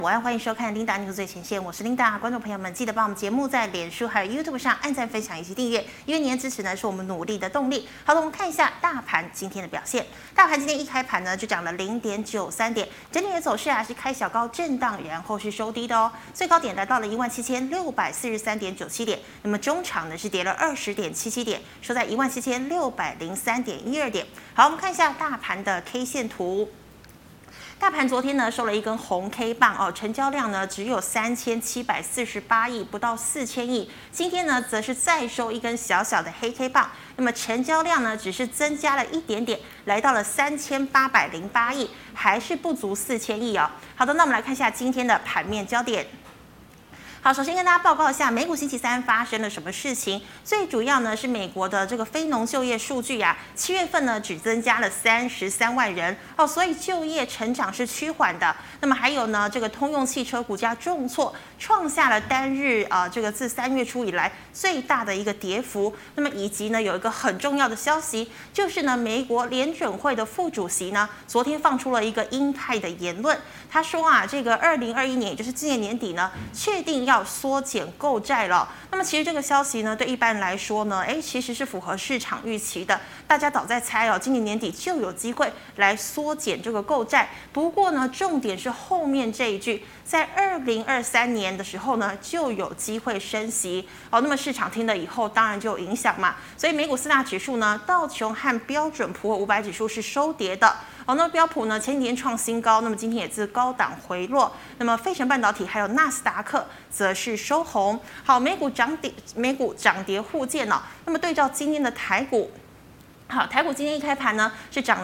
欢迎收看 Linda News 最前线，我是 Linda。观众朋友们，记得帮我们节目在脸书还有 YouTube 上按赞、分享以及订阅，因为您的支持呢是我们努力的动力。好的，我们看一下大盘今天的表现。大盘今天一开盘呢就涨了0.93点，整体的走势是开小高震荡，然后是收低的哦。最高点来到了17643.97点，那么中场呢是跌了20.77点，收在17603.12点。好，我们看一下大盘的 K 线图。大盘昨天呢收了一根红 K 棒哦，成交量呢只有3748亿，不到4000亿。今天呢则是再收一根小小的黑 K 棒，那么成交量呢只是增加了一点点，来到了3808亿，还是不足4000亿哦。好的，那我们来看一下今天的盘面焦点。好，首先跟大家报告一下，美股星期三发生了什么事情？最主要呢是美国的这个非农就业数据7月份呢只增加了33万人哦，所以就业成长是趋缓的。那么还有呢，这个通用汽车股价重挫，创下了单日这个自3月初以来最大的一个跌幅。那么以及呢有一个很重要的消息，就是呢美国联准会的副主席呢昨天放出了一个鹰派的言论，他说这个2021年也就是今年年底呢，确定要缩减购债了。那么其实这个消息呢，对一般人来说呢，其实是符合市场预期的。大家早在猜今年年底就有机会来缩减这个购债。不过呢，重点是后面这一句，在2023年的时候呢，就有机会升息。那么市场听了以后，当然就有影响嘛。所以美股4大指数呢，道琼和标准普尔500指数是收跌的。那么标普呢前几天创新高，那么今天也是高档回落。那么费城半导体还有纳斯达克则是收红。好，美股涨跌互见哦。那么对照今天的台股。好，台股今天一开盘呢是涨了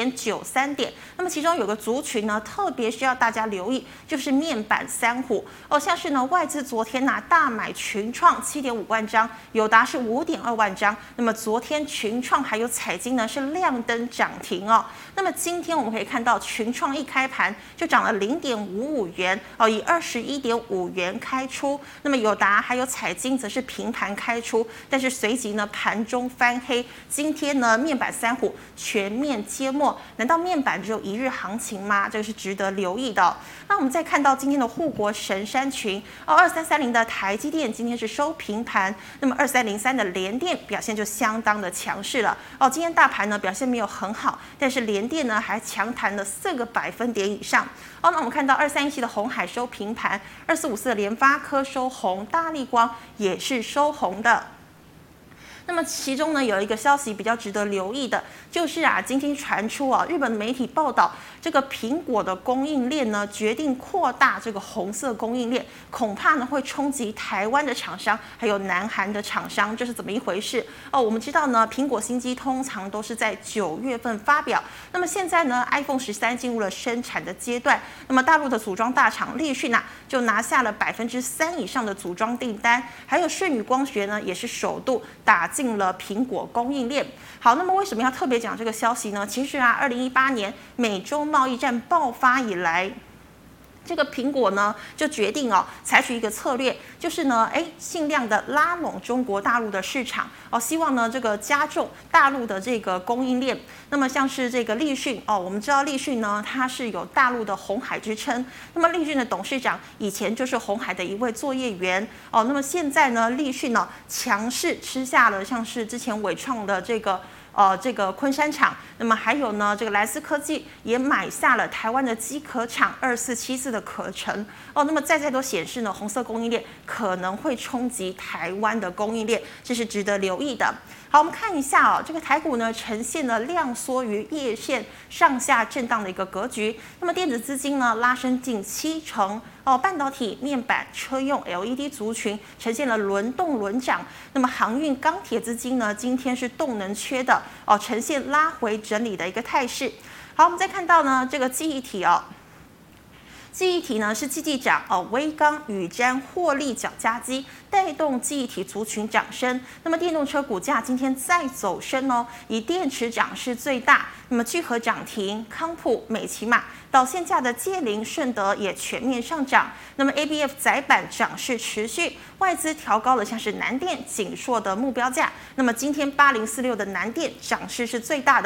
0.93点，那么其中有个族群呢特别需要大家留意，就是面板三虎哦，像是呢外资昨天大买群创7.5万张，友达是5.2万张，那么昨天群创还有彩晶呢是亮灯涨停哦，那么今天我们可以看到群创一开盘就涨了0.55元哦，以21.5元开出，那么友达还有彩晶则是平盘开出，但是随即呢盘中翻黑，今天呢面板三虎全面揭幕，难道面板只有一日行情吗？这个是值得留意的那我们再看到今天的护国神山群2330的台积电今天是收平盘，那么2303的联电表现就相当的强势了今天大盘呢表现没有很好，但是联电呢还强弹了4个百分点以上那我们看到2317的鸿海收平盘，2454的联发科收红，大立光也是收红的。那么其中呢有一个消息比较值得留意的，就是今天传出日本媒体报道，这个苹果的供应链呢决定扩大这个红色供应链，恐怕呢会冲击台湾的厂商，还有南韩的厂商，这是怎么一回事我们知道呢，苹果新机通常都是在9月份发表，那么现在呢 iPhone 13进入了生产的阶段，那么大陆的组装大厂立讯就拿下了3%以上的组装订单，还有舜宇光学呢也是首度打进了苹果供应链。好，那么为什么要特别讲这个消息呢？其实2018年美洲贸易战爆发以来，这个苹果呢就决定采取一个策略，就是呢尽量的拉拢中国大陆的市场希望呢这个加重大陆的这个供应链。那么像是这个立讯我们知道立讯呢它是有大陆的鸿海之称，那么立讯的董事长以前就是鸿海的一位作业员那么现在呢立讯呢强势吃下了像是之前伟创的这个昆山厂，那么还有呢，这个莱思科技也买下了台湾的机壳厂2474的壳程那么再都显示呢，红色供应链可能会冲击台湾的供应链，这是值得留意的。好，我们看一下这个台股呢呈现了量缩于夜线上下震荡的一个格局，那么电子资金呢拉升近70%半导体、面板、车用 LED 族群呈现了轮动轮涨，那么航运、钢铁资金呢今天是动能缺的呈现拉回整理的一个态势。好，我们再看到呢这个记忆体记忆体呢是季涨微刚、宇瞻获利角加基，带动记忆体族群涨升。那么电动车股价今天再走升以电池涨势最大。那么聚合涨停，康普、美骑马到现价的界霖、顺德也全面上涨。那么 ABF 载板涨势持续，外资调高了像是南电、景硕的目标价。那么今天8046的南电涨势是最大的。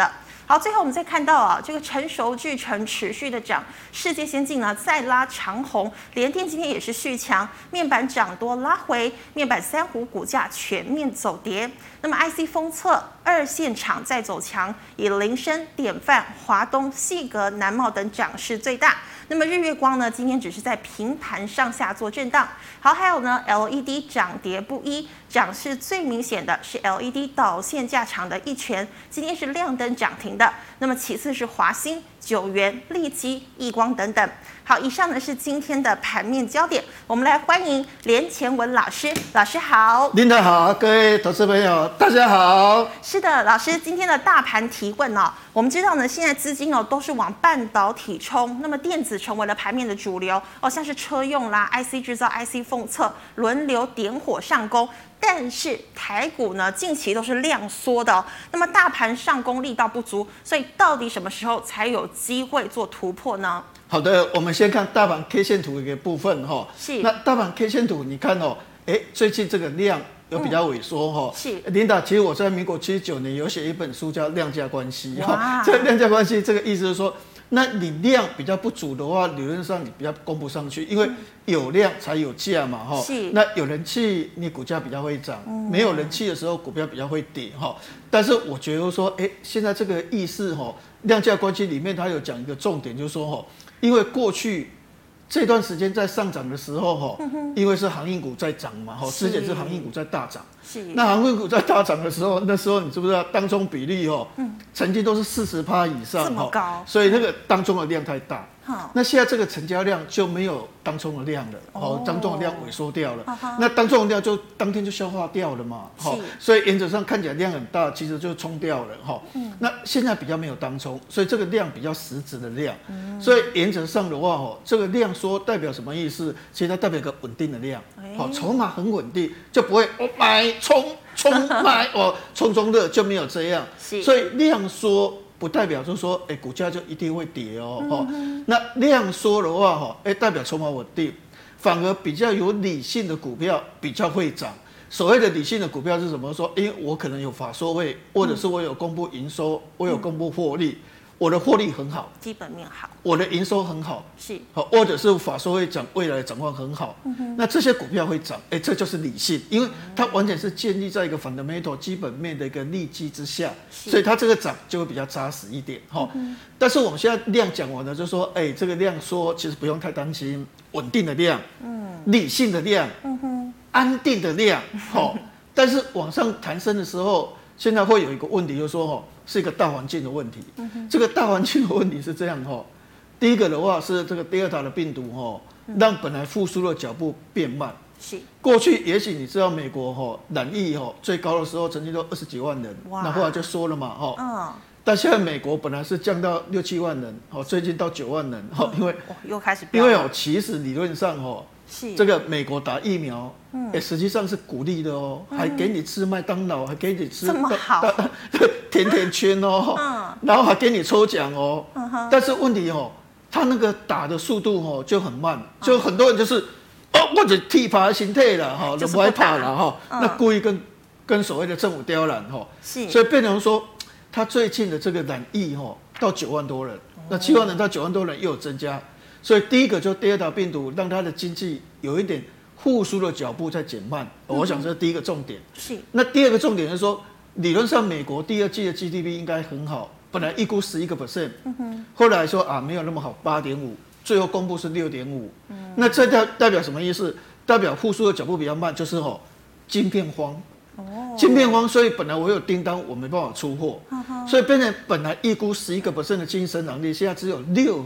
好，最后我们再看到啊，这个成熟制程持续的涨，世界先进呢再拉长红，联电今天也是续强，面板涨多拉回，面板三虎股价全面走跌。那么 IC 封测二线厂再走强，以林森、典范、华东、细格、南茂等涨势最大。那么日月光呢，今天只是在平盘上下做震荡。好，还有呢 ，LED 涨跌不一，涨势最明显的是 LED 导线架厂的一拳，今天是亮灯涨停的。那么其次是华兴、九元、利基、亿光等等。好，以上呢是今天的盘面焦点，我们来欢迎连前文老师，老师好。 琳达好，各位投资朋友大家好。 是的，老师，今天的大盘提问哦，我们知道呢，现在资金哦都是往半导体冲，那么电子成为了盘面的主流哦，像是车用啦、IC 制造、IC 封测轮流点火上攻。但是台股呢，近期都是量缩的哦，那么大盘上攻力道不足，所以到底什么时候才有机会做突破呢？ 好的，我们先看大盘 K 线图一个部分哈。 是。那大盘 K 线图，你看哦，最近这个量有比较萎缩哈。 是。 琳达，其实我在民国79年有写一本书叫《量价关系》哈。这个量价关系，这个意思是说，那你量比较不足的话，理论上你比较供不上去，因为有量才有价嘛哈。 是。 那有人气，你股价比较会涨；没有人气的时候，股票比较会跌哈。但是我觉得说，现在这个意思哈，量价关系里面它有讲一个重点，就是说哈，因为过去这段时间在上涨的时候哈，因为是航运股在涨嘛哈，之前是航运股在大涨。那航运股在大涨的时候，那时候你知不知道当冲比例曾经都是40%以上， 这么高， 所以那个当冲的量太大。那现在这个成交量就没有当冲的量了，当冲的量萎缩掉了，那当冲的量就当天就消化掉了嘛，所以原则上看起来量很大，其实就冲掉了那现在比较没有当冲，所以这个量比较实质的量，所以原则上的话这个量缩代表什么意思？其实它代表一个稳定的量，筹码很稳定，就不会买冲买冲中热就没有这样，所以量缩不代表就是说，股价就一定会跌哦。那量缩的话，代表筹码稳定，反而比较有理性的股票比较会涨。所谓的理性的股票是什么？说，因为我可能有法说会，或者是我有公布营收，我有公布获利。我的获利很好， 基本面好， 我的营收很好， 是好，或者是法说会讲未来的展望很好，那这些股票会涨，这就是理性，因为它完全是建立在一个 fundamental 基本面的一个利基之下，所以它这个涨就会比较扎实一点哈。但是我们现在量讲完了，就说这个量说其实不用太担心，稳定的量，理性的量，安定的量，但是往上弹升的时候，现在会有一个问题，就是说是一个大环境的问题。这个大环境的问题是这样第一个的话是这个第二塔的病毒让本来复苏的脚步变慢。 是过去也许你知道美国染疫最高的时候曾经都20几万人，那后来就缩了嘛但现在美国本来是降到6、7万人，最近到9万人，因为又开始飙， 因为其实理论上这个美国打疫苗，实际上是鼓励的还给你吃麦当劳，还给你吃这么好甜甜圈然后还给你抽奖但是问题他那个打的速度就很慢，就很多人就是或者替爬心态了都不害怕了那故意跟所谓的政府刁难所以变成说他最近的这个染疫到9万多人，那7万人到9万多人又有增加。所以第一个就第二条病毒让它的经济有一点复苏的脚步在减慢，我想这是第一个重点。 是。那第二个重点是说，理论上美国第二季的 GDP 应该很好，本来预估11%，后来说没有那么好，8.5%，最后公布是6.5%。那这代表什么意思？代表复苏的脚步比较慢，就是晶片荒。晶片荒，所以本来我有订单，我没办法出货，所以变成本来预估11%的经济生产力，现在只有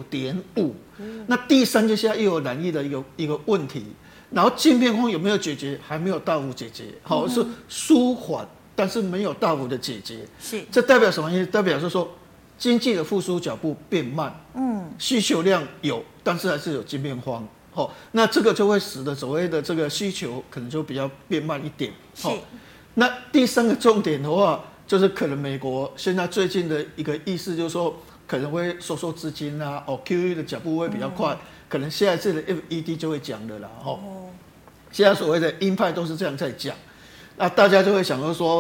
6.5%。那第三就现在又有染疫的一个问题，然后晶片荒有没有解决？还没有大幅解决，是舒缓，但是没有大幅的解决。 是， 这代表什么意思？代表是说经济的复苏脚步变慢，需求量有，但是还是有晶片荒。那这个就会使得所谓的这个需求可能就比较变慢一点。 是。 那第三个重点的话，就是可能美国现在最近的一个意思，就是说可能会收缩资金QE 的脚步会比较快，可能下一次的 FED 就会讲的啦现在所谓的鹰派都是这样在讲，那大家就会想说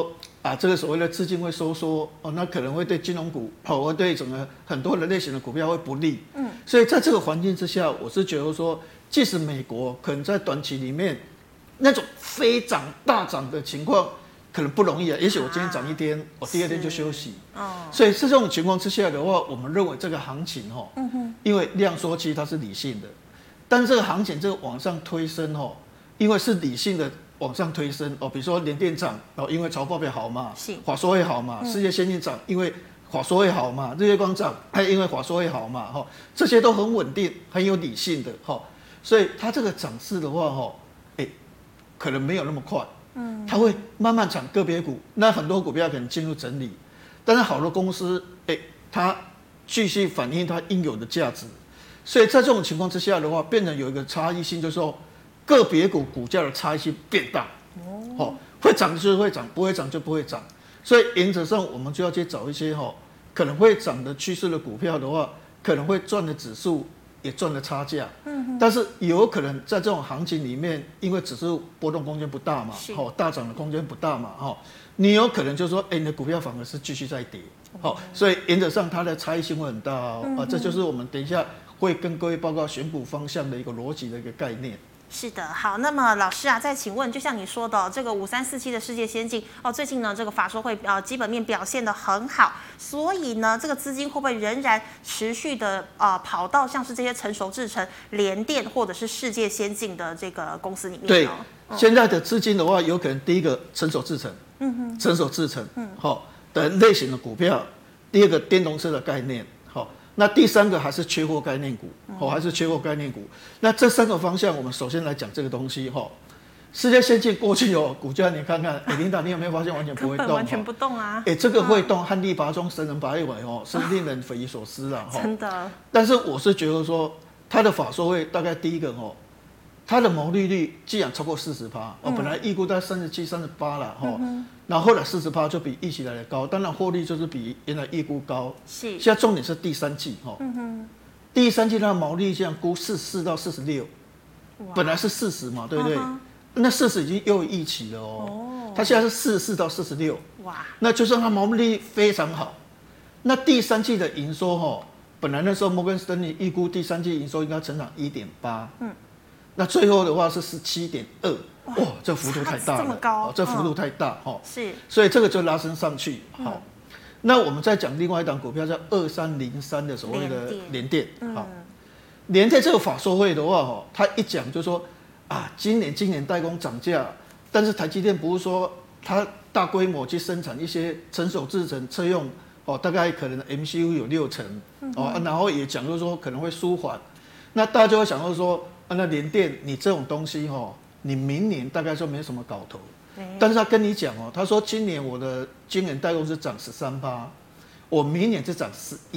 这个所谓的资金会收缩那可能会对金融股会对整个很多的类型的股票会不利。所以在这个环境之下，我是觉得说，即使美国可能在短期里面那种飞涨大涨的情况可能不容易也许我今天涨一天，我第二天就休息。所以在这种情况之下的话，我们认为这个行情因为量缩期它是理性的，但是这个行情这个往上推升因为是理性的往上推升比如说联电涨因为财报表好嘛，华硕会好嘛，世界先进涨因为华硕会好嘛，日月光涨因为华硕会好嘛这些都很稳定，很有理性的所以它这个涨势的话可能没有那么快，它会慢慢涨个别股，那很多股票可能进入整理，但是好的公司它继续反映它应有的价值，所以在这种情况之下的话，变成有一个差异性，就是说个别股股价的差异性变大，会涨就是会涨，不会涨就不会涨，所以原则上我们就要去找一些可能会涨的趋势的股票的话，可能会赚的指数也赚了差价，但是有可能在这种行情里面，因为指数波动空间不大嘛，大涨的空间不大嘛，你有可能就是说，你的股票反而是继续在跌，所以原则上它的差异性会很大这就是我们等一下会跟各位报告选股方向的一个逻辑的一个概念。 是的，好，那么老师再请问，就像你说的，这个5347的世界先进最近呢，这个法说会基本面表现得很好，所以呢，这个资金会不会仍然持续的跑到像是这些成熟制程、联电或者是世界先进的这个公司里面呢？ 对，现在的资金的话，有可能第一个成熟制程，成熟制程，的类型的股票，第二个电动车的概念，那第三个还是缺货概念股，还是缺货概念股。那这三个方向，我们首先来讲这个东西，世界先进过去股价你看看，Linda，你有没有发现完全不会动？ 完全不动啊！ 这个会动，旱地拔葱，生人拔一尾是令人匪夷所思啦。 真的。但是我是觉得说，它的法说会大概第一个它的毛利率既然超过40%，本来预估在37、38了然后后来40%就比预期来的高，当然获利就是比原来预估高。 是。 现在重点是第三季第三季它的毛利这样估44到46，本来是40嘛，对不对？那40已经又预期了它现在是44到46，哇，那就是它毛利率非常好。那第三季的营收本来那时候摩根士丹利预估第三季营收应该成长1.8，那最后的话是17.2，哇，这幅度太大了， 这么高， 这幅度太大是， 所以这个就拉升上去那我们再讲另外一档股票叫2303的所谓的联电，联电这个法说会的话它一讲就说今年代工涨价，但是台积电不是说它大规模去生产一些成熟制程车用大概可能 MCU 有60%然后也讲就是说可能会舒缓，那大家就会想到说那联电你这种东西你明年大概就没什么搞头，但是他跟你讲他说今年我的晶圆代工是涨13%，我明年就涨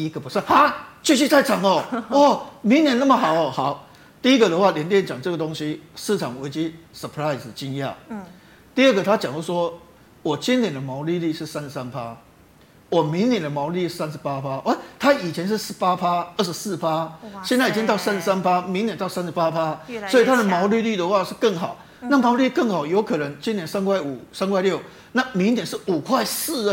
11%，继续再涨明年那么好好。第一个的话，联电讲这个东西市场危机 surprise 惊讶，第二个他讲说我今年的毛利率是33%，我明年的毛利率38%，他以前是18%、24%，现在已经到33%，明年到38%，所以他的毛利率的话是更好。那毛利率更好，有可能今年3.5块、3.6块，那明年是5.4块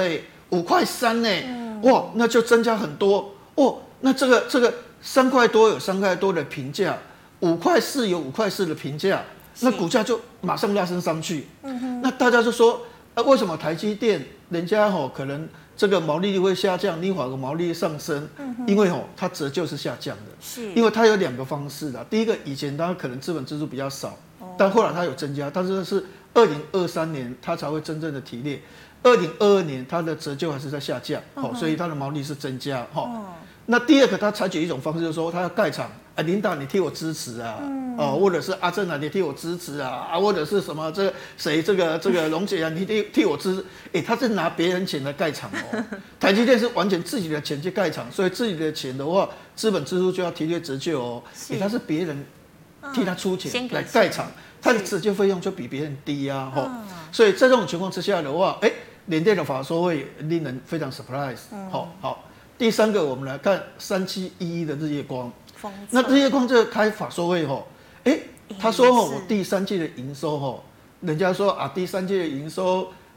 5.3块哇，那就增加很多那这个3块多有3块多的评价，5.4块有5.4块的评价，那股价就马上拉升上去。那大家就说为什么台积电人家可能这个毛利率会下降，你反而毛利率上升？因为它折旧是下降的，是因为它有2个方式的。第一个，以前它可能资本支出比较少，但后来它有增加，但是是2023年它才会真正的提列，2022年它的折旧还是在下降，所以它的毛利是增加。那第二个，它采取一种方式，就是说它要盖厂，Linda你替我支持或者是阿正你替我支持或者是什么谁这个龙姐你替我支持，他是拿别人钱来盖厂台积电是完全自己的钱去盖厂，所以自己的钱的话，资本支出就要提列折旧他是别人替他出钱来盖厂，他的折旧费用就比别人低所以在这种情况之下的话，联电的法说会令人非常 surprise。好。第三个，我们来看3711的日月光。那日月光这个开法说会他说我第三季的营收人家说第三季的营收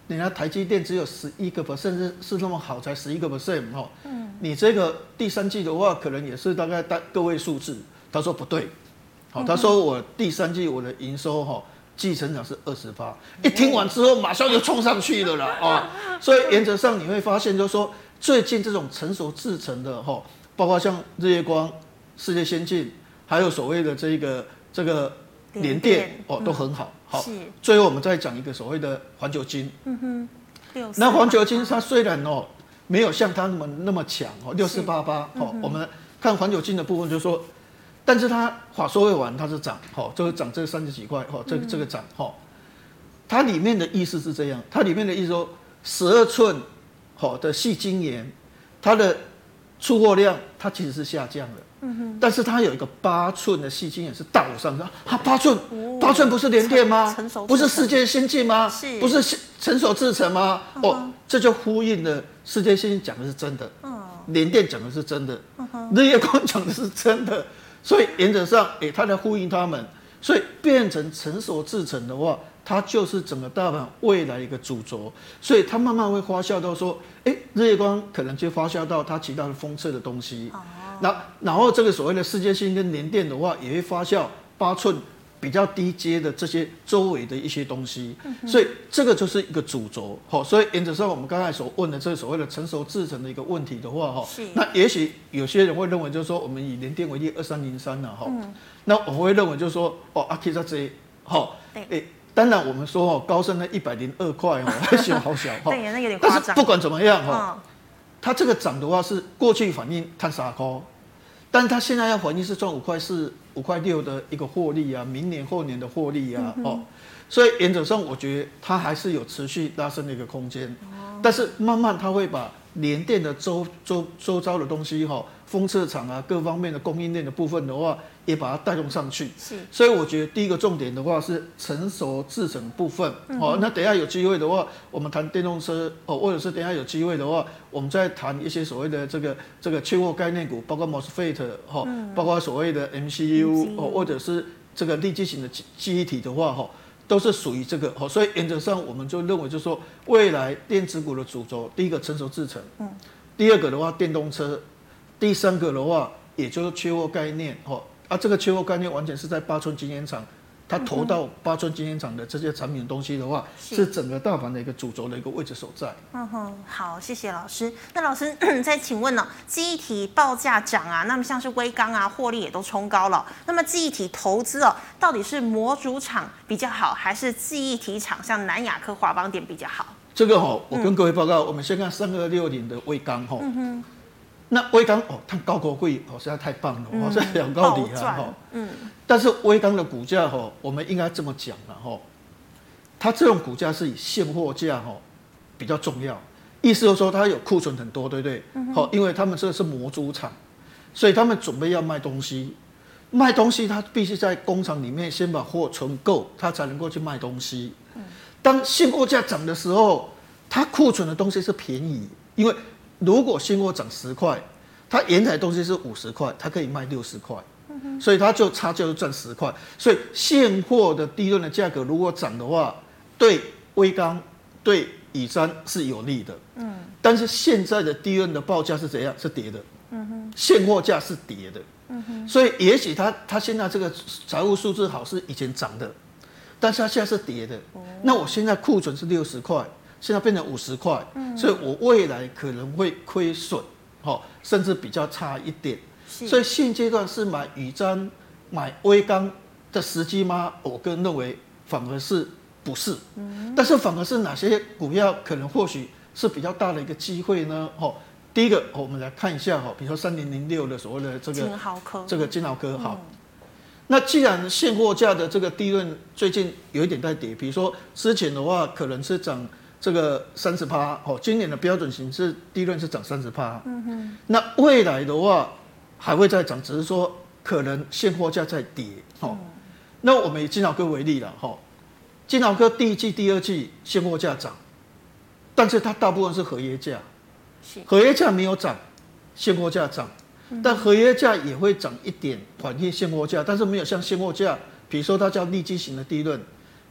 人家台积电只有11%，是那么好才11%哈。你这个第三季的话，可能也是大概个位数字。他说不对，好，他说我第三季我的营收哈，季成长是28%。一听完之后，马上就冲上去了啦啊！所以原则上你会发现，就是说最近这种成熟制程的哈，包括像日月光、世界先进，还有所谓的这个联电哦，都很好。好，最后我们再讲一个所谓的环球晶。那环球晶它虽然哦没有像它那么强哦，6488哦，我们看环球晶的部分就是说，但是它法说会完它是涨，哦，就是涨这30几块，哦，这个涨，哦，它里面的意思是这样，它里面的意思说12寸好的细晶圆，它的出货量它其实是下降了。但是它有一个8寸的细晶圆是大幅上升，它8寸不是联电吗？不是世界先进吗？不是成熟制程吗？哦，这就呼应了世界先进讲的是真的，联电讲的是真的，日月光讲的是真的，所以原则上，它在呼应他们，所以变成成熟制程的话，它就是整个大盘未来一个主轴，所以它慢慢会发酵到说，日月光可能就发酵到它其他的封测的东西。然后这个所谓的世界性跟联电的话，也会发酵8寸比较低阶的这些周围的一些东西，所以这个就是一个主轴。好，所以原则上我们刚才所问的这个所谓的成熟制程的一个问题的话，那也许有些人会认为就是说，我们以联电为例2303呢，那我会认为就是说，阿 K 在这里，当然我们说高盛那102块小好小， 对，那有点夸张。 但是不管怎么样它这个涨的话是过去反映碳3块，但是它现在要反映是赚5块4、5块6的一个获利啊，明年后年的获利啊，所以原则上我觉得它还是有持续拉升的一个空间，但是慢慢它会把联电的周遭的东西封测厂啊各方面的供应链的部分的话，也把它带动上去。所以我觉得第一个重点的话是成熟制程部分。那等一下有机会的话，我们谈电动车或者是等一下有机会的话，我们再谈一些所谓的这个缺货概念股，包括 MOSFET 包括所谓的 MCU 或者是这个立基型的记忆体的话都是属于这个，所以原则上我们就认为就是说，未来电子股的主轴，第一个成熟制程，第二个的话电动车，第三个的话也就是缺货概念，这个缺货概念完全是在8寸晶圆厂，它投到8寸晶圆厂的这些产品的东西的话，是整个大盘的一个主轴的一个位置所在。 好，谢谢老师。那老师再请问记忆体报价涨啊，那么像是微刚啊，获利也都冲高了。那么记忆体投资到底是模组厂比较好，还是记忆体厂像南亚科、华邦电比较好？ 这个我跟各位报告，我们先看3260的微刚那微刚它高股贵实在太棒了这两高底啊但是微刚的股价我们应该这么讲了它这种股价是以现货价比较重要，意思就是说它有库存很多，对不对？因为他们这个是模组厂，所以他们准备要卖东西，它必须在工厂里面先把货存够，它才能够去卖东西。当现货价涨的时候，它库存的东西是便宜，因为如果现货涨10块，它原材东西是50块，它可以卖60块，所以它就差价就赚10块。所以现货的低润的价格如果涨的话，对微刚、对乙珊是有利的。但是现在的低润的报价是怎样？是跌的。现货价是跌的。所以也许它现在这个财务数字好是以前涨的，但是它现在是跌的。那我现在库存是60块。现在变成50块，所以我未来可能会亏损，甚至比较差一点。所以现阶段是买乙珊、买微刚的时机吗？我个人认为反而是不是。但是反而是哪些股票可能或许是比较大的一个机会呢？第一个我们来看一下比如说3006的所谓的这个金豪科好。那既然现货价的这个低润最近有一点在跌，比如说之前的话可能是涨这个30%，今年的标准型是低润是涨30%，那未来的话还会再涨，只是说可能现货价在跌，那我们以金豪科为例了，金豪科第一季、第二季现货价涨，但是它大部分是合约价，合约价没有涨，现货价涨，但合约价也会涨一点，反映现货价，但是没有像现货价，比如说它叫利基型的低润。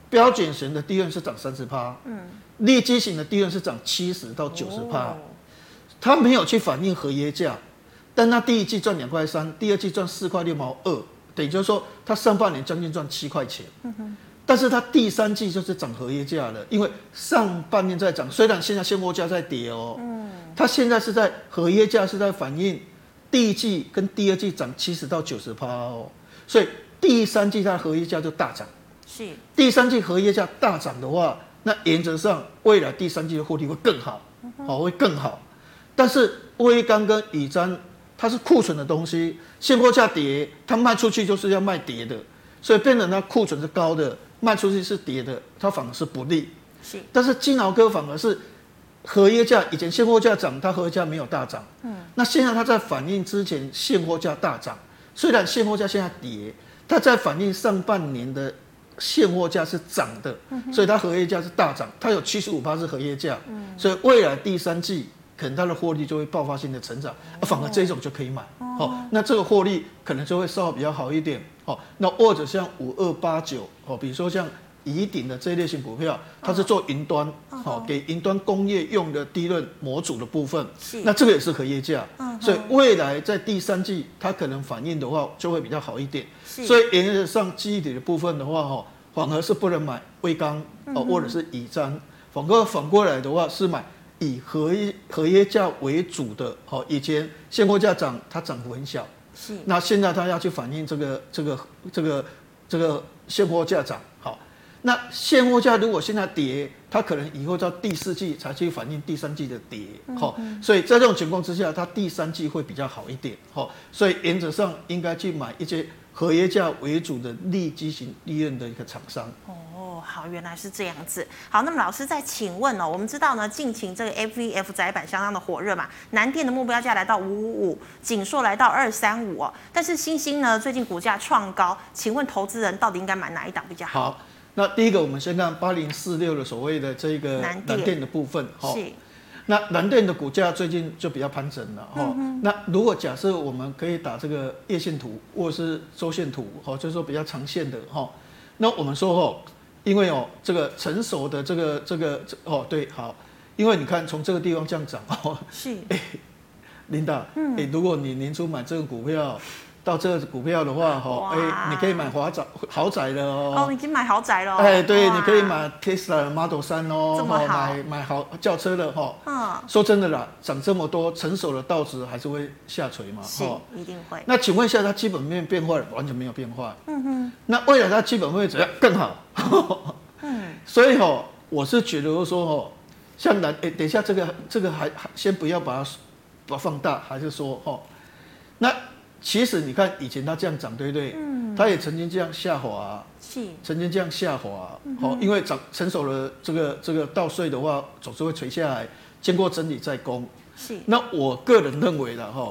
标准型的利润是涨30%，利基型的利润是涨70%到90%，它没有去反映合约价，但它第一季赚2.3块，第二季赚4块6毛2，等于就是说它上半年将近赚7块钱，但是它第三季就是涨合约价了，因为上半年在涨，虽然现在现货价在跌哦，它现在是在合约价是在反映第一季跟第二季涨70%到90%哦，所以第三季它的合约价就大涨。是，第三季合约价大涨的话，那原则上未来第三季的获利会更好，会更好。但是威刚跟乙酉它是库存的东西，现货价跌，它卖出去就是要卖跌的，所以变成它库存是高的，卖出去是跌的，它反而是不利。是，但是金豪科反而是合约价以前现货价涨，它合约价没有大涨。那现在它在反映之前现货价大涨，虽然现货价现在跌，它在反映上半年的现货价是涨的，所以它合约价是大涨，它有75%是合约价，所以未来第三季可能它的获利就会爆发性的成长，反而这种就可以买。那这个获利可能就会稍微比较好一点。那或者像5289，比如说像宜鼎的这一类型股票，它是做云端，给云端工业用的低润模组的部分，那这个也是合约价，所以未来在第三季它可能反应的话就会比较好一点。所以原则上记忆体的部分的话，反而是不能买威刚或者是乙酉，反过来的话是买以合约价为主的。以前现货价涨，它涨幅很小，那现在它要去反映这个现货价涨。那现货价如果现在跌，它可能以后到第四季才去反映第三季的跌，所以在这种情况之下，它第三季会比较好一点，所以原则上应该去买一些合约价为主的利基型利润的一个厂商。 好，原来是这样子。好，那么老师再请问我们知道呢，近期这个 FVF 载板相当的火热嘛，南电的目标价来到555，景硕来到235但是新兴呢最近股价创高，请问投资人到底应该买哪一档比较好？ 好，那第一个我们先看8046的所谓的这个南电的部分，是。那南电的股价最近就比较盘整了，那如果假设我们可以打这个月线图或者是周线图，就是说比较长线的，那我们说因为这个成熟的这个对，好，因为你看从这个地方这样涨是琳达，如果你年初买这个股票，到这个股票的话，你可以买豪宅了哦，已经买豪宅了。 对，你可以买 Tesla Model 3哦， 这么好， 买轿车了说真的啦，涨这么多，成熟的稻子还是会下垂嘛， 是一定会。 那请问一下，它基本面变化完全没有变化，那未来它基本面怎样更好？所以我是觉得说像等一下这个还先不要把它放大，还是说那。其实你看以前它这样涨，对不对？它也曾经这样下滑，曾经这样下滑，因为成熟的这个稻穗的话，总是会垂下来，经过整理再攻。那我个人认为啦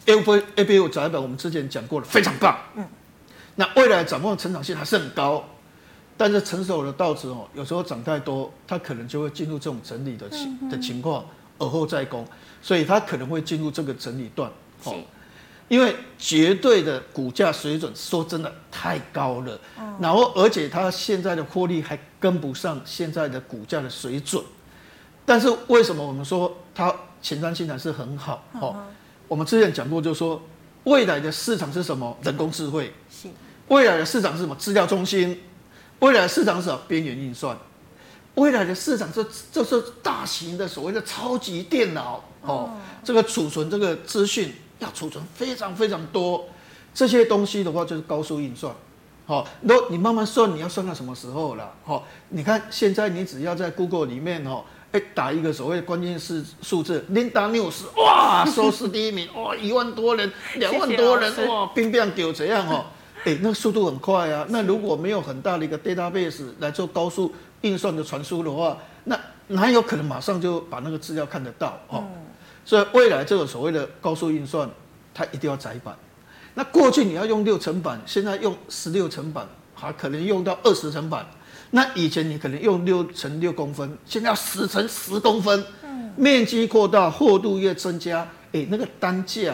，FVF 载板我们之前讲过了，非常棒。那未来展望成长性还是很高，但是成熟的稻子有时候涨太多，它可能就会进入这种整理的情况，而后再攻，所以它可能会进入这个整理段。因为绝对的股价水准，说真的太高了，然后而且它现在的获利还跟不上现在的股价的水准，但是为什么我们说它前瞻性还是很好？我们之前讲过，就是说未来的市场是什么？人工智慧。未来的市场是什么？资料中心。未来的市场是什么？边缘运算。未来的市场就是大型的所谓的超级电脑，这个储存这个资讯。要储存非常非常多，这些东西的话就是高速运算。你慢慢算，你要算到什么时候了？你看现在你只要在 Google 里面打一个所谓的关键数字 Linda News， 哇，收视第一名，哇，1万多人，2万多人，哇，冰冰丢怎样那个速度很快啊。那如果没有很大的一个 database 来做高速运算的传输的话，那哪有可能马上就把那个资料看得到？所以未来这个所谓的高速运算，它一定要载板。那过去你要用6层板，现在用16层板，还可能用到20层板。那以前你可能用6乘6公分，现在要10乘10公分，面积扩大，厚度越增加，那个单价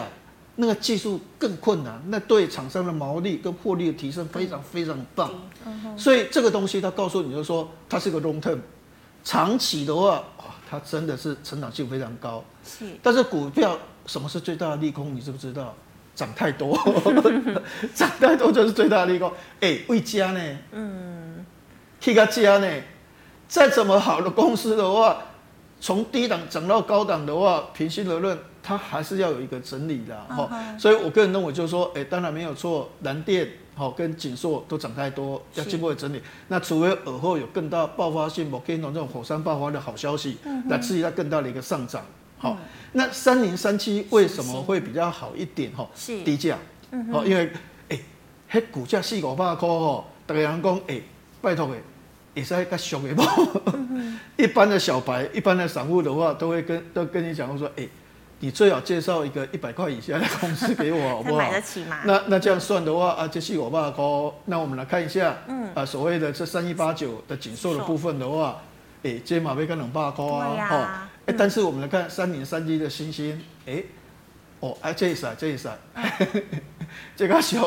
那个技术更困难，那对厂商的毛利跟获利的提升非常非常棒。所以这个东西它告诉你就是说，它是个 long term， 长期的话，它真的是成长性非常高。是，但是股票什么是最大的利空？你知不知道？涨太多，涨太多就是最大的利空。为家呢，去个家呢，再怎么好的公司的话，从低档涨到高档的话，平心而论，它还是要有一个整理的所以我个人认为就是说，当然没有错，南电跟景硕都涨太多，要经过整理。那除非尔后有更大爆发性，某天这种火山爆发的好消息，来刺激它更大的一个上涨。那3037为什么会比较好一点？是低价，因为迄股价400-500块大家人讲拜托也是较俗的不？一般的小白、一般的散户的话，都跟你讲说，你最好介绍一个100块以下的公司给我，好不好？ 买得起吗？ 那这样算的话这400-500块，那我们来看一下，所谓的这3189的景硕的部分的话，这嘛要跟200块啊，但是我们来看3037的新兴，这一赛，这个小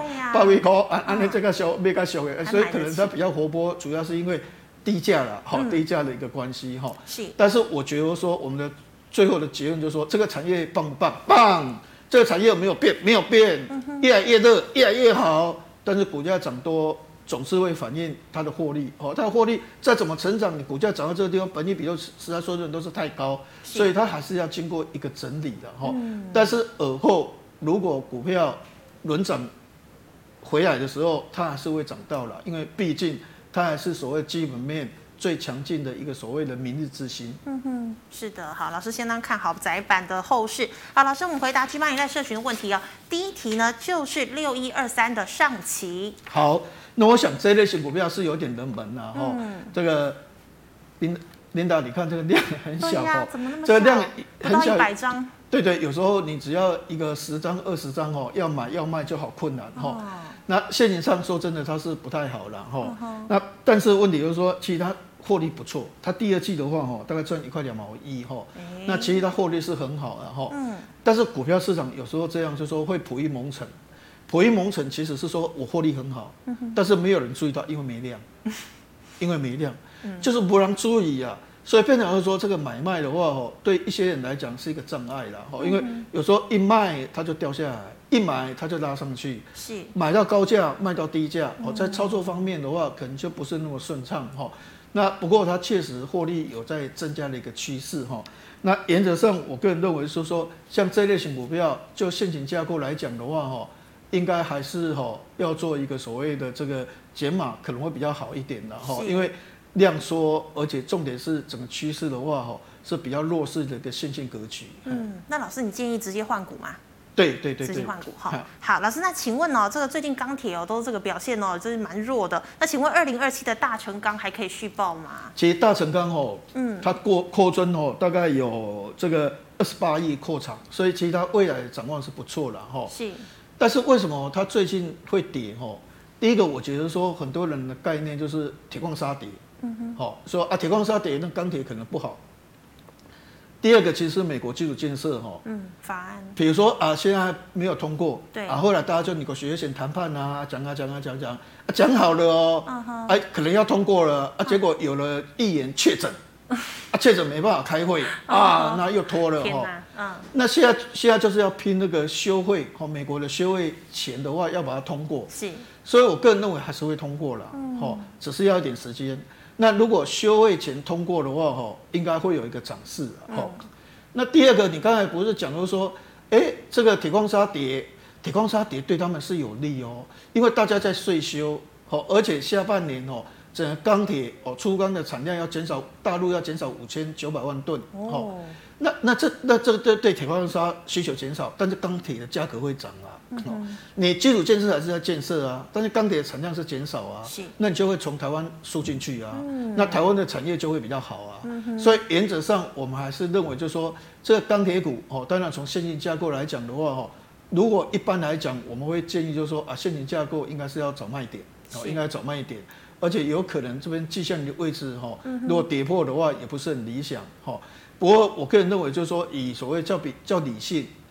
8位块，按这个小没个小的，所以可能它比较活泼，主要是因为低价了，低价的一个关系哈。是。但是我觉得说，我们的最后的结论就是说，这个产业棒不棒？棒！这个产业有没有变？没有变，越来越热，越来越好。但是股价涨多，总是会反映它的获利。它的获利再怎么成长，你股价涨到这个地方，本益比都实在说的都是太高，所以它还是要经过一个整理的哈。但是尔后如果股票轮涨回来的时候，它还是会涨到了，因为毕竟它还是所谓基本面最强劲的一个所谓的明日之星。 是的，好，老师相当看好载板的后市。好，老师，我们回答G8赢在社群的问题哦。第一题呢，就是6123的上期。 好，那我想这类型股票是有点冷门啦，这个琳达，你看这个量很小怎么那么小？ 这个量很小， 不到100张。 对，有时候你只要一个10张、20张要买要卖就好困难那现行上说真的，它是不太好了那但是问题就是说，其实它获利不错，它第2季的话大概赚1块2毛1那其实它获利是很好的但是股票市场有时候这样，就是说会普一蒙尘。普一蒙尘其实是说我获利很好，但是没有人注意到，因为没量，就是没人注意啊。所以变成说，这个买卖的话对一些人来讲是一个障碍啦因为有时候一卖它就掉下来，一买它就拉上去，是买到高价卖到低价在操作方面的话，可能就不是那么顺畅那不过它确实获利有在增加的一个趋势那原则上，我个人认为是说，像这类型股票，就现行架构来讲的话应该还是要做一个所谓的这个减码，可能会比较好一点的因为量缩，而且重点是整个趋势的话是比较弱势的一个线性格局。 那老师，你建议直接换股吗？ 对， 直接换股好，老师，那请问这个最近钢铁都这个表现就是蛮弱的。那请问2027的大成钢还可以续报吗？ 其实大成钢它扩增大概有这个28亿扩厂，所以其实它未来的展望是不错的是。但是为什么它最近会跌第一个，我觉得说很多人的概念就是铁矿砂跌，说铁矿砂跌，那钢铁可能不好。第二个，其实是美国基础建设法案， 比如说现在没有通过， 对后来大家就negotiation谈判讲好了可能要通过了结果有了议员确诊确诊没办法开会那又拖了那现在就是要拼那个休会美国的休会前的话要把它通过，是，所以我个人认为还是会通过了只是要一点时间。那如果休会前通过的话应该会有一个涨势那第二个，你刚才不是讲到说这个铁矿砂跌对他们是有利因为大家在税收而且下半年整个钢铁粗钢的产量要减少，大陆要减少5900万吨那这对铁矿砂需求减少，但是钢铁的价格会涨你基础建设还是在建设但是钢铁的产量是减少那你就会从台湾输进去那台湾的产业就会比较好所以原则上我们还是认为就是说，这个钢铁股当然从现行架构来讲的话如果一般来讲，我们会建议就是说现行架构应该是要早卖点应该早卖一点，而且有可能这边迹象的位置如果跌破的话，也不是很理想不过我个人认为就是说，以所谓较理性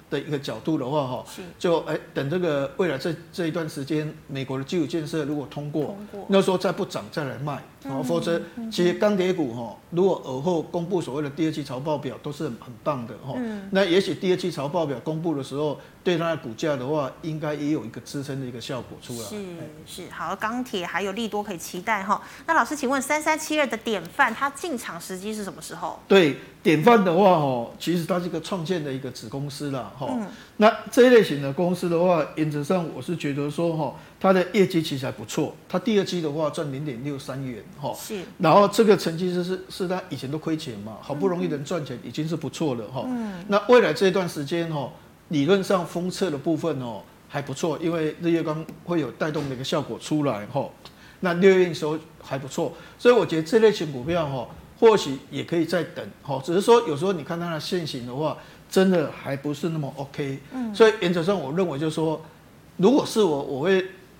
的一个角度的话，就等这个未来这一段时间，美国的基础建设如果通过，那时候再不涨再来卖，否则其实钢铁股如果尔后公布所谓的第二季财报表都是很棒的那也许第二季财报表公布的时候，对它的股价的话，应该也有一个支撑的一个效果出来。 是好，钢铁还有利多可以期待哈。那老师，请问3372的典范，它进场时机是什么时候？ 对，典范的话其实它是一个创建的一个子公司啦那这一类型的公司的话，原则上我是觉得说它的业绩其实还不错，它第二季的话赚0.63元是， 然后这个成绩是它以前都亏钱嘛，好不容易能赚钱已经是不错了那未来这段时间理论上封测的部分还不错，因为日月光会有带动的一个效果出来那6月营收还不错，所以我觉得这类型股票或许也可以再等只是说有时候你看它的现形的话，真的还不是那么 OK。所以原则上我认为就是说，如果是我会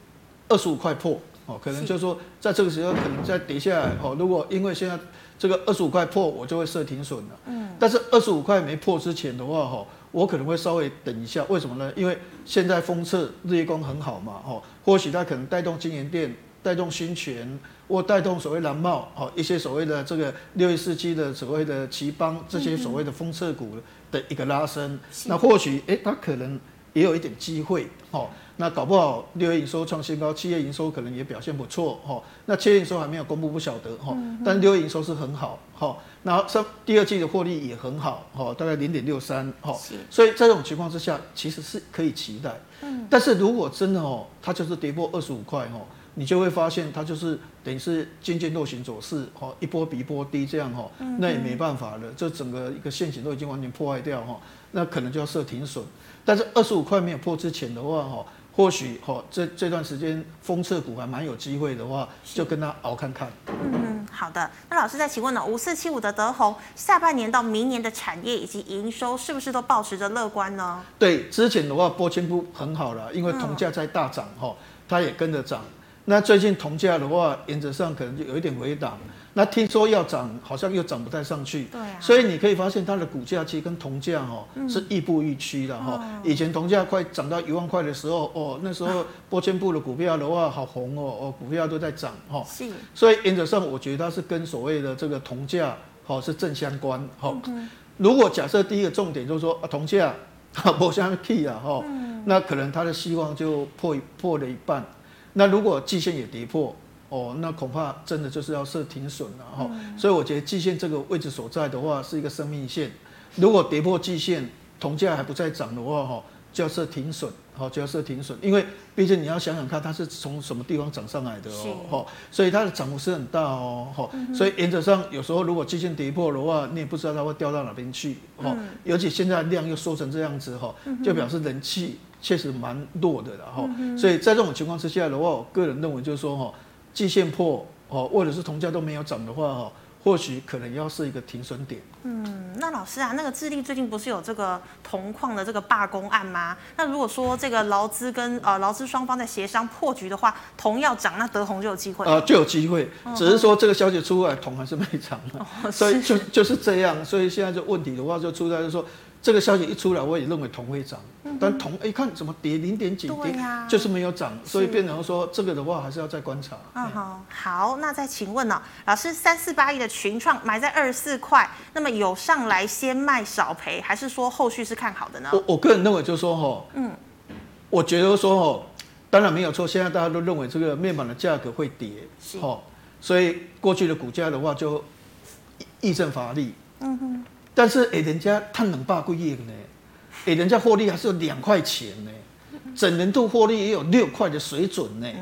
25块破可能就是说在这个时候可能再跌下来如果因为现在这个25块破，我就会设停损了。但是25块没破之前的话我可能会稍微等一下，为什么呢？因为现在封测日月光很好嘛或许它可能带动金源店、带动新泉或带动所谓蓝茂一些所谓的这个6147的所谓的奇邦这些所谓的封测股的一个拉升，那或许它可能也有一点机会那搞不好6月营收创新高，7月营收可能也表现不错那7月营收还没有公布，不晓得但6月营收是很好然后第二季的获利也很好大概0.63所以在这种情况之下，其实是可以期待。但是如果真的它就是跌破25块你就会发现它就是等于是渐渐落行走势一波比一波低这样那也没办法了，这整个一个线型都已经完全破坏掉那可能就要设停损。但是25块没有破之前的话或许这段时间封测股还蛮有机会的话，就跟他熬看看。 好的。那老师再请问5475的德宏，下半年到明年的产业以及营收是不是都保持着乐观呢？ 对，之前的话波纤布很好了，因为铜价在大涨它也跟着涨。那最近铜价的话，原则上可能就有一点回档。那听说要涨，好像又涨不太上去。 对啊。 所以你可以发现它的股价其实跟铜价是亦步亦趋的以前铜价快涨到1万块的时候那时候波纤布的股票的话好红股票都在涨是。 所以原则上我觉得它是跟所谓的这个铜价是正相关如果假设第一个重点就是说铜价没什么起那可能它的希望就破了一半。那如果季线也跌破那恐怕真的就是要设停损了所以我觉得季线这个位置所在的话是一个生命线，如果跌破季线，铜价还不再涨的话就要设停损就要设停损，因为毕竟你要想想看它是从什么地方涨上来的所以它的涨幅是很大所以原则上有时候如果季线跌破的话，你也不知道它会掉到哪边去尤其现在量又缩成这样子就表示人气确实蛮弱的了所以在这种情况之下的话，我个人认为就是说季线破或者是铜价都没有涨的话或许可能要设一个停损点。 那老师啊，那个智利最近不是有这个铜矿的这个罢工案吗？那如果说这个劳资跟劳资双方在协商破局的话，铜要涨，那德宏就有机会就有机会，只是说这个消息出来，铜还是没涨所以就是这样。所以现在就问题的话就出在就是说，这个消息一出来，我也认为铜会涨，但铜看怎么跌0点几跌，就是没有涨，所以变成说这个的话还是要再观察。 好，那再请问老师3481的群创买在24块，那么有上来先卖少赔，还是说后续是看好的呢？ 我个人认为就是说我觉得说当然没有错，现在大家都认为这个面板的价格会跌所以过去的股价的话就益振乏力但是人家赚200几亿呢人家获利还是有2块钱呢整年度获利也有6块的水准呢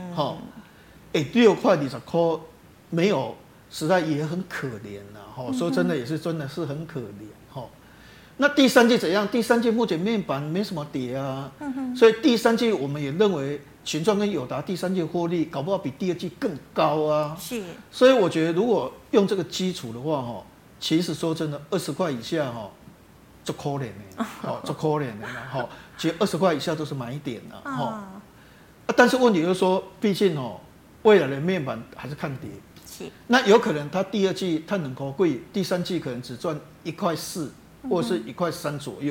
6块20块没有，实在也很可怜说真的也是真的是很可怜那第三季怎样？第三季目前面板没什么跌所以第三季我们也认为群创跟友达第三季获利搞不好比第二季更高是。 所以我觉得如果用这个基础的话其实说真的20块以下很可怜的很可怜的其实20块以下都是买点但是问题就是说毕竟未来的面板还是看跌那有可能它第二季它能够贵，第三季可能只赚1.4块或者是1.3块左右，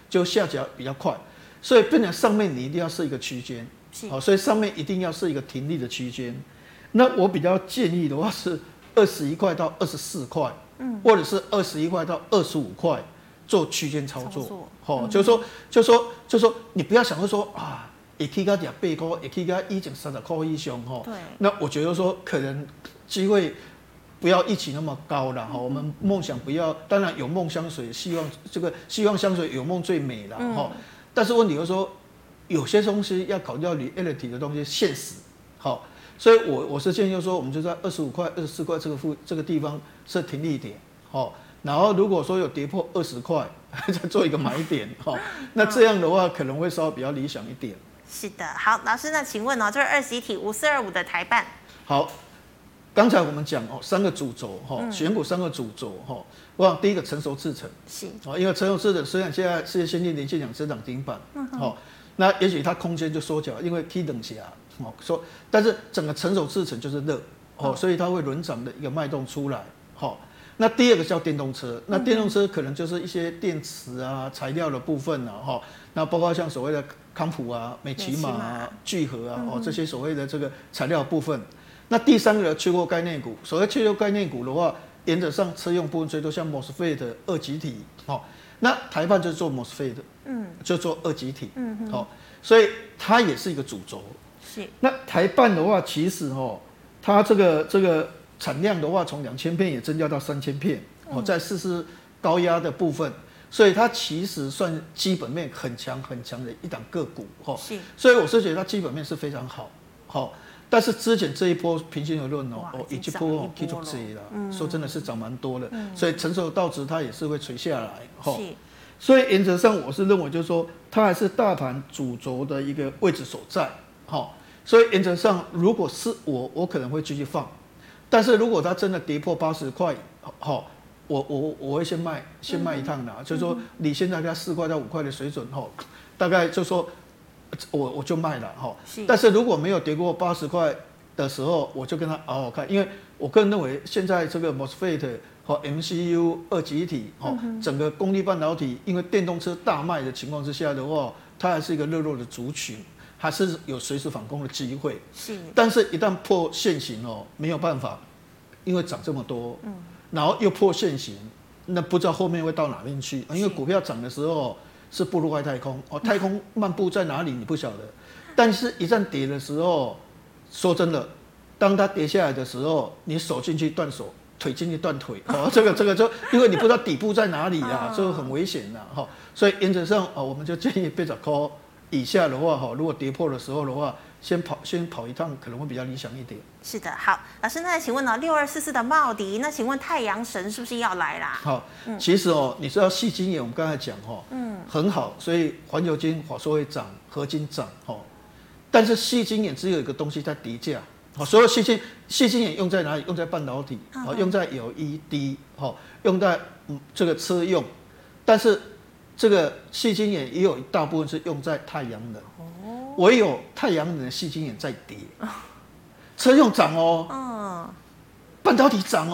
就下脚比较快，所以变成上面你一定要设一个区间，好，所以上面一定要设一个停利的区间。那我比较建议的话是21块到24块，或者是21块到25块做区间操作，好，就是说你不要想说啊，也可以到28块，也可以到以前30块以上哈。对。那我觉得说可能机会不要一起那么高了哈。我们梦想不要，当然有梦相随，希望相随，有梦最美了哈。但是问题就是说，有些东西要考虑到 reality 的东西现实，好。所以我是建议说，我们就在25块、24块这个地方设停利点，然后如果说有跌破20块，再做一个买点，那这样的话可能会稍微比较理想一点。 是的，好，老师，那请问这是21题5425的台半。 好，刚才我们讲3个主轴选股3个主轴我想第一个成熟制程是因为成熟制程虽然现在世界先进连续2只涨停板，那也许它空间就缩小，因为 K 等下。但是整个成熟制程就是热所以它会轮涨的一个脉动出来。那第二个叫电动车，那电动车可能就是一些电池啊、材料的部分那包括像所谓的康普啊、美骑马啊、聚合啊这些所谓的这个材料部分。那第三个缺货概念股，所谓缺货概念股的话，原则上车用部分最多像 MOSFET 的二极体那台半就是做 MOSFET 的就做二极体所以它也是一个主轴。那台半的话，其实它这个产量的话，从2000片也增加到3000片在4是高压的部分，所以它其实算基本面很强的一档个股所以我是觉得它基本面是非常好但是之前这一波平心而论一波K 足低了，说真的是涨蛮多的，所以成熟到值它也是会垂下来所以原则上我是认为就是说，它还是大盘主轴的一个位置所在所以原则上，如果是我可能会继续放，但是如果它真的跌破80块，我会先卖一趟的，就是说你现在在4块到5块的水准大概就说我就卖了但是如果没有跌过80块的时候，我就跟它熬熬看，因为我个人认为现在这个 MOSFET 和 MCU 二极体整个功率半导体，因为电动车大卖的情况之下的话，它还是一个热络的族群。还是有随时反攻的机会，但是一旦破线型没有办法，因为涨这么多，然后又破线型，那不知道后面会到哪边去，因为股票涨的时候是步入外太空太空漫步在哪里你不晓得，但是一旦跌的时候，说真的，当它跌下来的时候，你手进去断手，腿进去断腿这个就因为你不知道底部在哪里就很危险所以原则上我们就建议800块以下的话如果跌破的时候的话，先跑一趟可能会比较理想一点。 是的，好，老师，那请问6244的茂迪，那请问太阳神是不是要来啦？ 好，其实你知道矽晶圆我们刚才讲很好，所以环球晶华硕会涨，合金涨但是矽晶圆只有一个东西在跌价所有矽晶圆用在哪里？用在半导体用在 LED 用在这个车用，但是这个矽晶圆也有一大部分是用在太阳能唯有太阳能的矽晶圆在跌车用涨半导体涨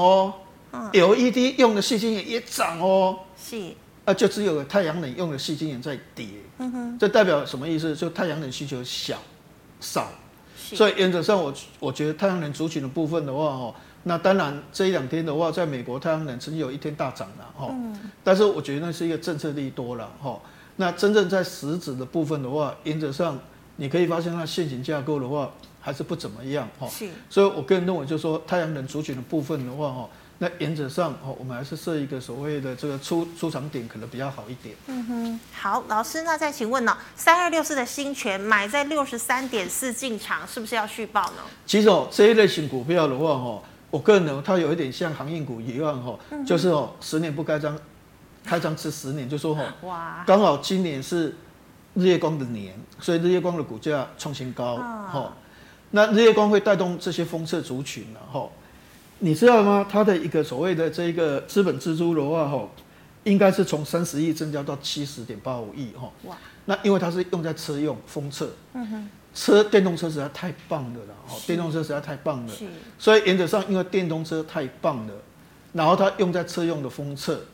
LED 用的矽晶圆也涨就只有太阳能用的矽晶圆在跌这代表什么意思？就太阳能需求少所以原则上我觉得太阳能族群的部分的话那当然这1-2天的话，在美国太阳能曾经有一天大涨了但是我觉得那是一个政策利多了那真正在实质的部分的话，原则上你可以发现它现行架构的话还是不怎么样所以我个人认为就是说太阳能族群的部分的话那原则上我们还是设一个所谓的这个出场点可能比较好一点。 好，老师，那再请问3264的新权买在63.4进场，是不是要续报呢？ 其实这一类型股票的话我个人呢，它有一点像航运股一样就是10年不开张，开张吃10年，就说刚好今年是日月光的年，所以日月光的股价创新高那日月光会带动这些封测族群你知道吗？它的一个所谓的这个资本支出的话应该是从30亿增加到70.85亿那因为它是用在车用封测电动车实在太棒了电动车实在太棒了所以原则上因为电动车太棒了然后它用在车用的封测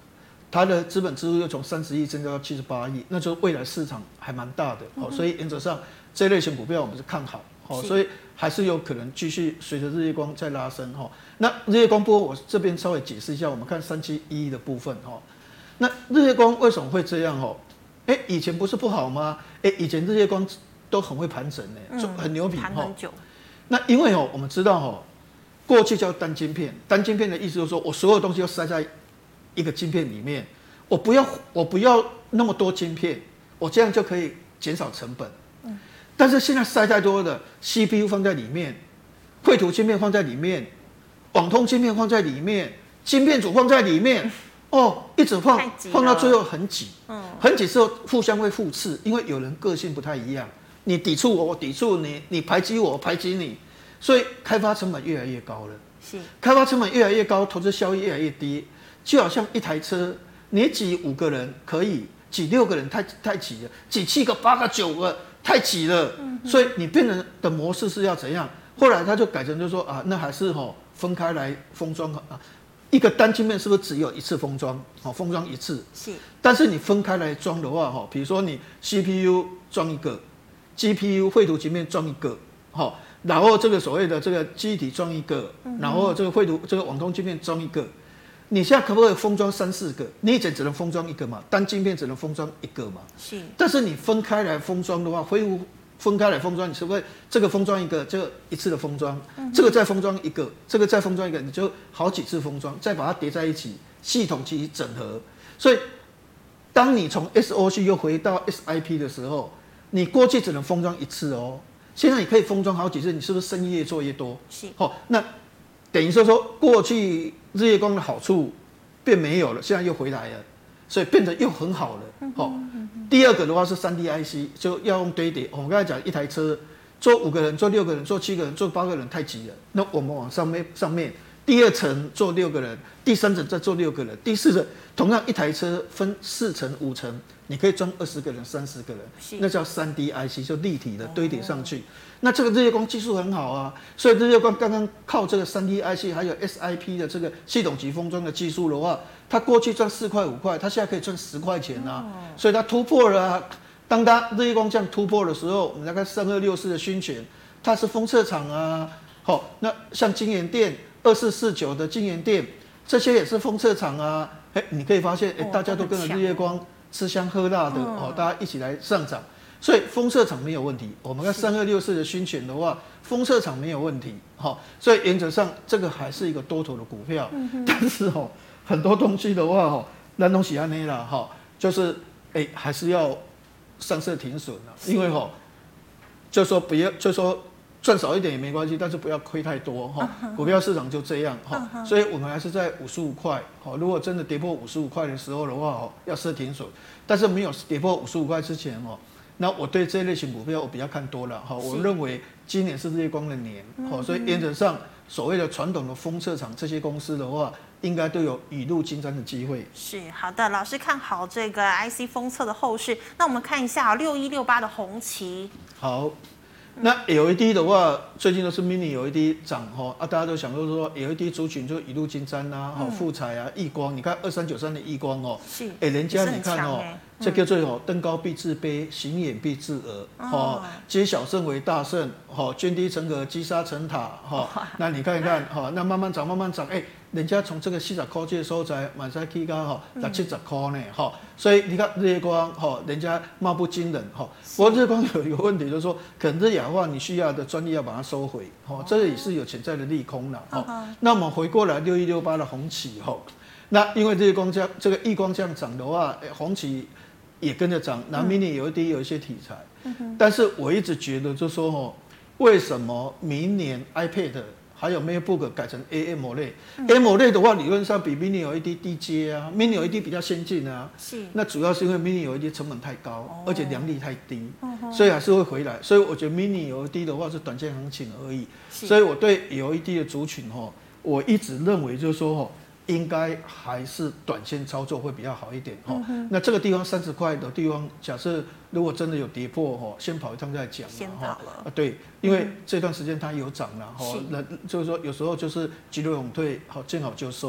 它的资本支出又从30亿增加到78亿，那就未来市场还蛮大的，所以原则上这类型股票我们是看好，所以还是有可能继续随着日月光再拉升，那日月光部分我这边稍微解释一下，我们看3711的部分，那日月光为什么会这样？以前不是不好吗？以前日月光都很会盘整就很牛皮， 盘很久。 那因为我们知道过去叫单晶片，单晶片的意思就是说我所有东西都塞在一个晶片里面，我不要那么多晶片，我这样就可以减少成本。但是现在塞太多的 CPU 放在里面，绘图晶片放在里面，网通晶片放在里面，晶片组放在里面，一直放到最后很挤，很挤之后互相会互斥，因为有人个性不太一样，你抵触我，我抵触你，你排挤我，我排挤你，所以开发成本越来越高了。开发成本越来越高，投资效益越来越低，就好像一台车，你挤5个人可以，挤6个人太挤了，挤7个、8个、9个太挤了，所以你变成的模式是要怎样？后来他就改成就说那还是分开来封装一个单晶片是不是只有一次封装？封装一次。是。但是你分开来装的话，比如说你 CPU 装一个 ，GPU 绘图晶片装一个，然后这个所谓的这个记忆体装一个，然后这个绘图这个网通晶片装一个，你现在可不可以封装3、4个？你以前只能封装一个嘛，单晶片只能封装一个嘛。是。但是你分开来封装的话，分开来封装，你是不是这个封装一个，这个一次的封装，这个再封装一个，这个再封装一个，你就好几次封装，再把它叠在一起，系统进行整合。所以，当你从 SOC 又回到 SIP 的时候，你过去只能封装一次现在你可以封装好几次，你是不是生意越做越多？是。那等于说过去日月光的好处变没有了，现在又回来了，所以变得又很好了。第二个的话是3D IC， 就要用堆叠。我们刚才讲一台车坐5个人、坐6个人、坐7个人、坐8个人太挤了，那我们往上面第2层坐6个人，第3层再坐6个人，第4层同样一台车分4层、5层，你可以装20个人、30个人，那叫3D IC， 就立体的堆叠上去。那这个日月光技术很好啊，所以日月光刚刚靠这个3D IC 还有 SIP 的这个系统级封装的技术的话，它过去赚4块5块，它现在可以赚10块钱啊，所以它突破了当它日月光这样突破的时候，我们来看3264的勋权，它是封测厂啊，那像金源店2449的金源店，这些也是封测厂啊，你可以发现，大家都跟着日月光吃香喝辣的，大家一起来上涨。所以封测厂没有问题，我们看3264的勋权的话，封测厂没有问题，所以原则上这个还是一个多头的股票，但是很多东西的话，咱东西安内啦，就是还是要上色停损了，因为就说不要，就说赚少一点也没关系，但是不要亏太多股票市场就这样所以我们还是在55块如果真的跌破55块的时候的话要设停损，但是没有跌破55块之前那我对这类型股票我比较看多了我认为今年是日月光的年所以原则上所谓的传统的封测厂这些公司的话，应该都有雨露均沾的机会。 是好的，老师看好这个 IC 封测的后市。那我们看一下6168的宏奇。 好。那 LED 的话，最近都是 mini LED 涨大家都想说 LED 族群就雨露均沾富彩啊、亿光，你看2393的亿光是人家你看这叫做登高必自卑，行远必自耳积小胜为大胜涓滴成河，积沙成塔那你看一看那慢慢涨慢慢涨人家从这个40块的时候才满赛起到60-70块呢所以你看日月光人家貌不惊人不过日月光有一个问题就是说，可能日亚化你需要的专利要把它收回这也是有潜在的利空了那我们回过来6168的宏奇那因为日月光这个亿光这样涨的话，宏奇也跟着涨，那 mini LED 有一些题材但是我一直觉得就是说为什么明年 iPad还有 MacBook 改成 AMOLED，AMOLED 的话理论上比 Mini LED 低阶啊 ，Mini LED 比较先进啊。是。那主要是因为 Mini LED 成本太高，而且良率太低，所以还是会回来。所以我觉得 Mini LED 的话是短线行情而已。所以我对 LED 的族群我一直认为就是说应该还是短线操作会比较好一点那这个地方30块的地方，假设如果真的有跌破先跑一趟再讲先跑了对，因为这段时间它有涨了那就是说有时候就是急流勇退见好就收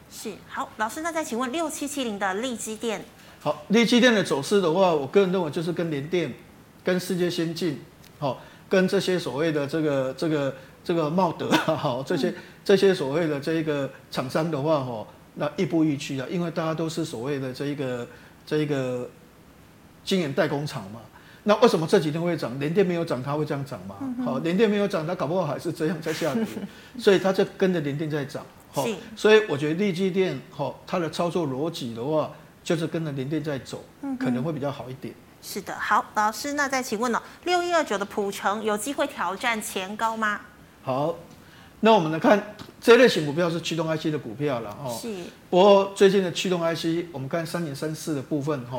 是，好，老师，那再请问6770的力积电。 好，力积电的走势的话，我个人认为就是跟联电、跟世界先进，跟这些所谓的这个茂德好这些所谓的这个厂商的话，那亦步亦趋啊，因为大家都是所谓的这一个晶圆代工厂嘛。那为什么这几天会涨？联电没有涨，它会这样涨吗？好，联电没有涨，它搞不好还是这样在下跌，所以它就跟着联电在涨。所以我觉得力积电它的操作逻辑的话，就是跟着联电在走，可能会比较好一点。 是的，好，老师，那再请问6129的普成有机会挑战前高吗？ 好，那我们来看这一类型股票是驱动 IC 的股票了是。 不过最近的驱动 IC， 我们看3034的部分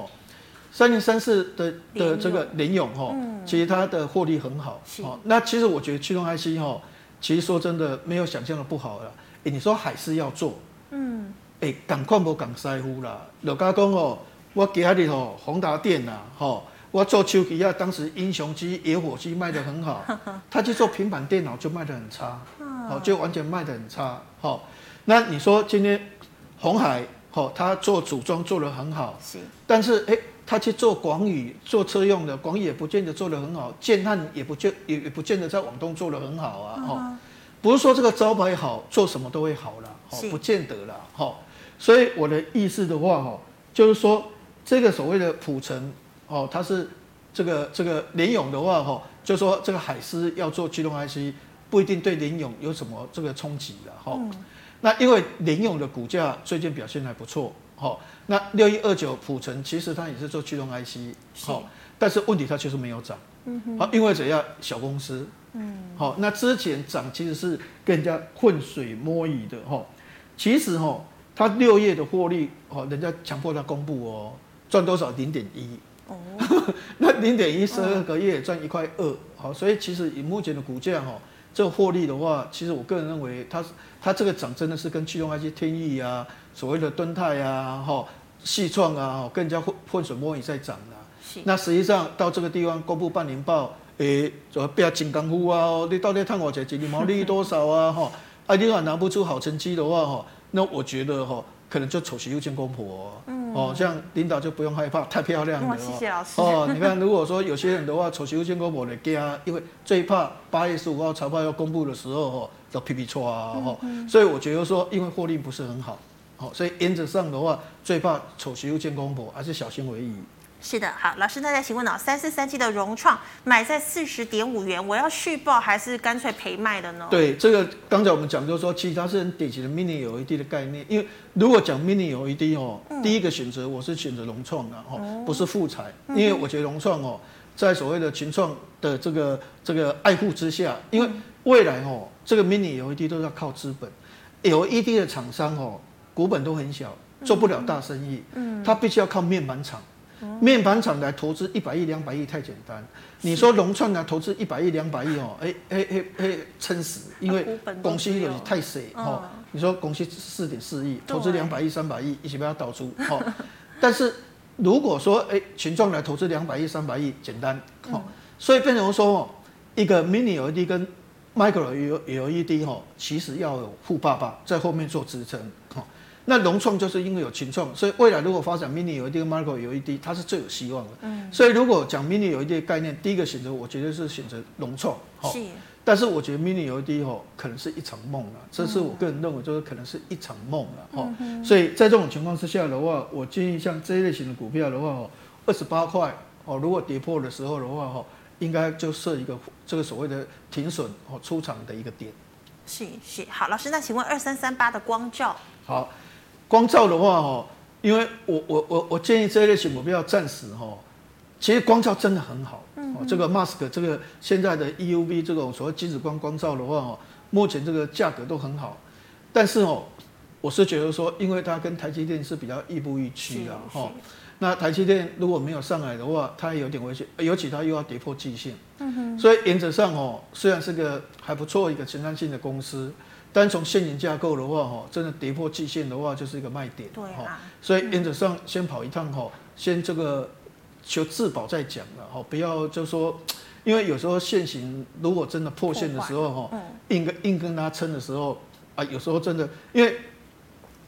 3034的这个联咏其实它的获利很好。那其实我觉得驱动 IC 其实说真的没有想象的不好了。你说海思要做，赶快无赶师傅啦。就讲我今日宏达电啦，我做手机啊，当时英雄机、野火机卖得很好，他去做平板电脑就卖得很差，就完全卖得很差。那你说今天鸿海他做组装做得很好，但是他去做广宇做车用的，广宇也不见得做得很好，建汉也不见得在往东做得很好啊。不是说这个招牌好，做什么都会好啦，不见得啦，所以我的意思的话，就是说这个所谓的普成，它是这个联咏的话，就是说这个海思要做驱动 IC， 不一定对联咏有什么这个冲击啦，那因为联咏的股价最近表现还不错，那6129普成其实它也是做驱动 IC， 但是问题它就是没有涨，因为怎样小公司。那之前涨其实是跟人家浑水摸鱼的其实它6月的获利人家强迫他公布赚多少0.1，那0.1 12个月赚1.2块，所以其实以目前的股价这个获利的话，其实我个人认为它这个涨真的是跟驱动 IC 天翼啊、所谓的敦泰啊、细创啊跟人家浑水摸鱼在涨啦。那实际上到这个地方公布半年报。不要真功夫啊！你到底赚多少钱？你毛利率多少啊？你如果拿不出好成绩的话，那我觉得可能就丑媳妇见公婆像领导就不用害怕，太漂亮了谢谢老师你看，如果说有些人的话，丑媳妇见公婆的惊，因为最怕8月15号财报要公布的时候都噼噼唰所以我觉得说，因为获利不是很好所以原则上的话，最怕丑媳妇见公婆，还是小心为宜。 是的，好，老师，那再请问3437的荣创买在40.5元，我要续报还是干脆赔卖的呢？ 对，这个刚才我们讲就是说，其实它是很典型的 mini LED 的概念。因为如果讲 mini LED 第一个选择我是选择荣创的不是富彩，因为我觉得荣创在所谓的群创的这个爱护之下，因为未来这个 mini LED 都要靠资本 ，LED 的厂商股本都很小，做不了大生意，它必须要靠面板厂。面板厂来投资100亿、200亿太简单。你说融创来投资100亿、200亿撑死，因为公司有太小你说公司4.4亿，投资200亿、300亿，一起把它导出但是如果说群众来投资200亿、300亿，简单所以变成说一个 mini LED 跟 micro LED 其实要有富爸爸在后面做支撑那融创就是因为有群创，所以未来如果发展 mini LED 跟 micro LED， 它是最有希望的。所以如果讲 mini LED 的概念，第一个选择我觉得是选择融创。但是我觉得 mini LED 可能是一场梦了，这是我个人认为就是可能是一场梦了所以在这种情况之下的话，我建议像这一类型的股票的话28块如果跌破的时候的话应该就设一个这个所谓的停损出场的一个点。 是好，老师，那请问2338的光罩。 好。光罩的话因为我建议这一类型股票暂时其实光罩真的很好这个 Mask 这个现在的 EUV 这种所谓金子光罩的话目前这个价格都很好，但是我是觉得说，因为它跟台积电是比较亦步亦趋的那台积电如果没有上来的话，它有点危险，尤其它又要跌破季线，所以原则上虽然是个还不错一个前瞻性的公司。单从现行架构的话，真的跌破季线的话，就是一个卖点。 对所以原则上先跑一趟先这个求自保再讲了不要就说，因为有时候现行如果真的破线的时候硬跟它撑的时候有时候真的因为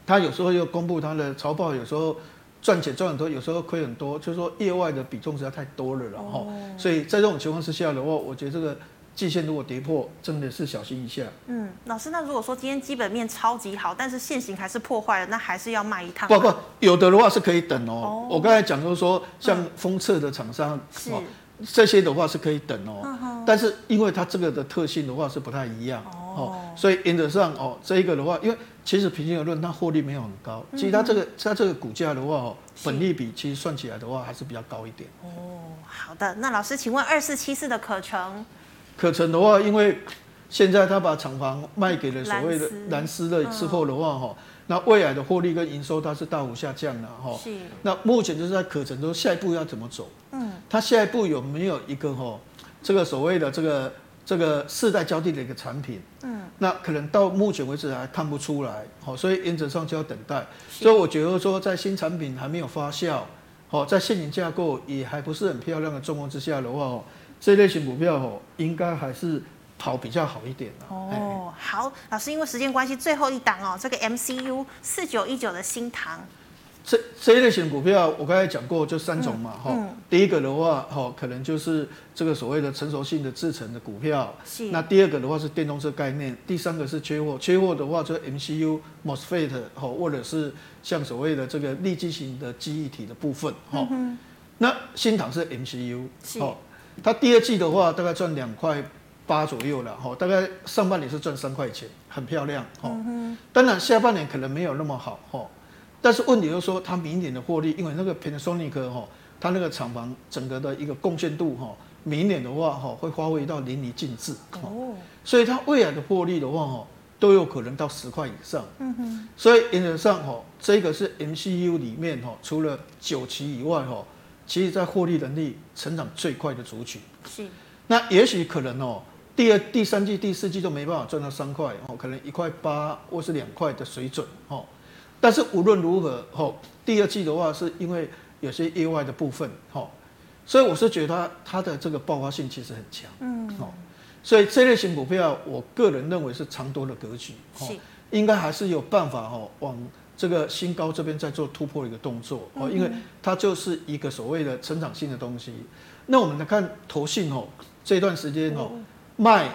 他有时候又公布他的财报，有时候赚钱赚很多，有时候亏很多，就是说业外的比重实在太多了哈。所以在这种情况之下的话，我觉得这个季线如果跌破，真的是小心一下。 老师，那如果说今天基本面超级好，但是线型还是破坏了，那还是要卖一趟？ 不，有的话是可以等哦。我刚才讲就是说，像封测的厂商，这些的话是可以等哦。但是因为它这个的特性的话是不太一样所以原则上这一个的话，因为其实平心而论，它获利没有很高。其实它这个股价的话本利比其实算起来的话还是比较高一点。 好的，那老师，请问2474的可成的话，因为现在他把厂房卖给了所谓的蓝思了之后的话那未来的获利跟营收它是大幅下降了那目前就是在可成说下一步要怎么走？它下一步有没有一个这个所谓的这个世代交替的一个产品？那可能到目前为止还看不出来所以原则上就要等待。所以我觉得说，在新产品还没有发酵在现行架构也还不是很漂亮的状况之下的话这类型股票应该还是跑比较好一点好，老师，因为时间关系，最后一档这个 MCU 4919的新唐。 这一类型股票，我刚才讲过，就3种嘛第一个的话可能就是这个所谓的成熟性的制程的股票。那第二个的话是电动车概念，第三个是缺货的话就是 MCU MOSFET 或者是像所谓的这个立基型的记忆体的部分那新唐是 MCU 它第二季的话大概赚2.8块左右了大概上半年是赚3块钱，很漂亮当然下半年可能没有那么好但是问题就是说，它明年的获利，因为那个 Panasonic 它那个厂房整个的一个贡献度明年的话会发挥到淋漓尽致所以它未来的获利的话都有可能到10块以上所以原则上这个是 MCU 里面除了9期以外其实在获利能力成长最快的族群。那也许可能第二、第三季、第四季都没办法赚到3块可能1.8块或是2块的水准但是无论如何第二季的话是因为有些业外的部分所以我是觉得它的这个爆发性其实很强所以这类型股票我个人认为是长多的格局应该还是有办法往这个新高这边再做突破的一个动作因为它就是一个所谓的成长性的东西。那我们来看投信这段时间卖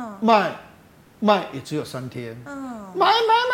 也只有3天买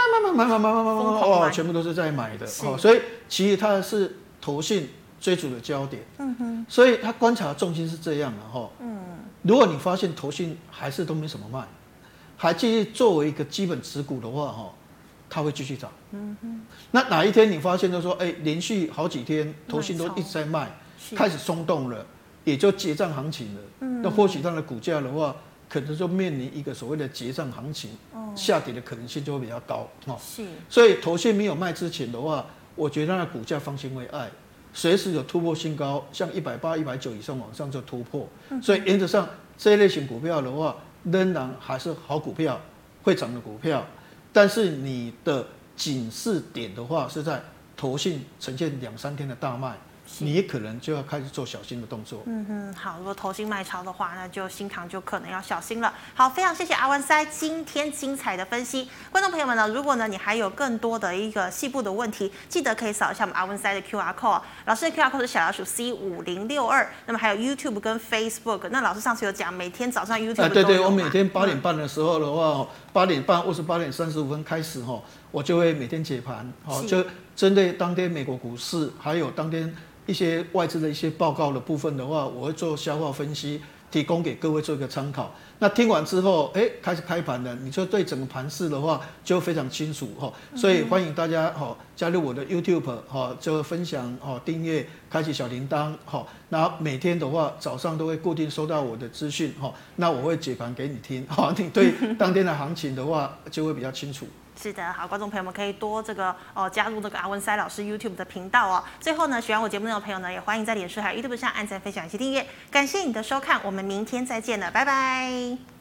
全部都是在买的所以其实它是投信追逐的焦点所以它观察的重心是这样的如果你发现投信还是都没什么卖，还继续作为一个基本持股的话它会继续涨那哪一天你发现就说连续好几天投信都一直在卖，开始松动了，也就结账行情了那或许它的股价的话可能就面临一个所谓的结账行情下跌的可能性就会比较高所以投信没有卖之前的话，我觉得它的股价放心为爱，随时有突破新高，像180、190以上往上就突破所以原则上这一类型股票的话仍然还是好股票，会涨的股票，但是你的警示点的话是在投信呈现2-3天的大卖，你可能就要开始做小心的动作。 好，如果投信卖超的话，那就新唐就可能要小心了。好，非常谢谢阿文塞今天精彩的分析。观众朋友们呢，如果呢你还有更多的一个细部的问题，记得可以扫一下我们阿文塞的 QR code。老师的 QR code 是小老鼠 C5062，那么还有 YouTube 跟 Facebook。那老师上次有讲，每天早上 YouTube 都有对，我每天8点半的时候的话，8点半或是8点35分开始我就会每天解盘就针对当天美国股市还有当天一些外资的一些报告的部分的话，我会做消化分析，提供给各位做一个参考。那听完之后，开始开盘了，你就对整个盘势的话就非常清楚所以欢迎大家加入我的 YouTube 就分享订阅，开启小铃铛那每天的话早上都会固定收到我的资讯那我会解盘给你听你对当天的行情的话就会比较清楚。 是的，好，观众朋友们可以多加入那个阿文塞老师 YouTube 的频道最后呢，喜欢我节目内容的朋友呢，也欢迎在脸书还有 YouTube 上按赞、分享以及订阅。感谢你的收看，我们明天再见了，拜拜。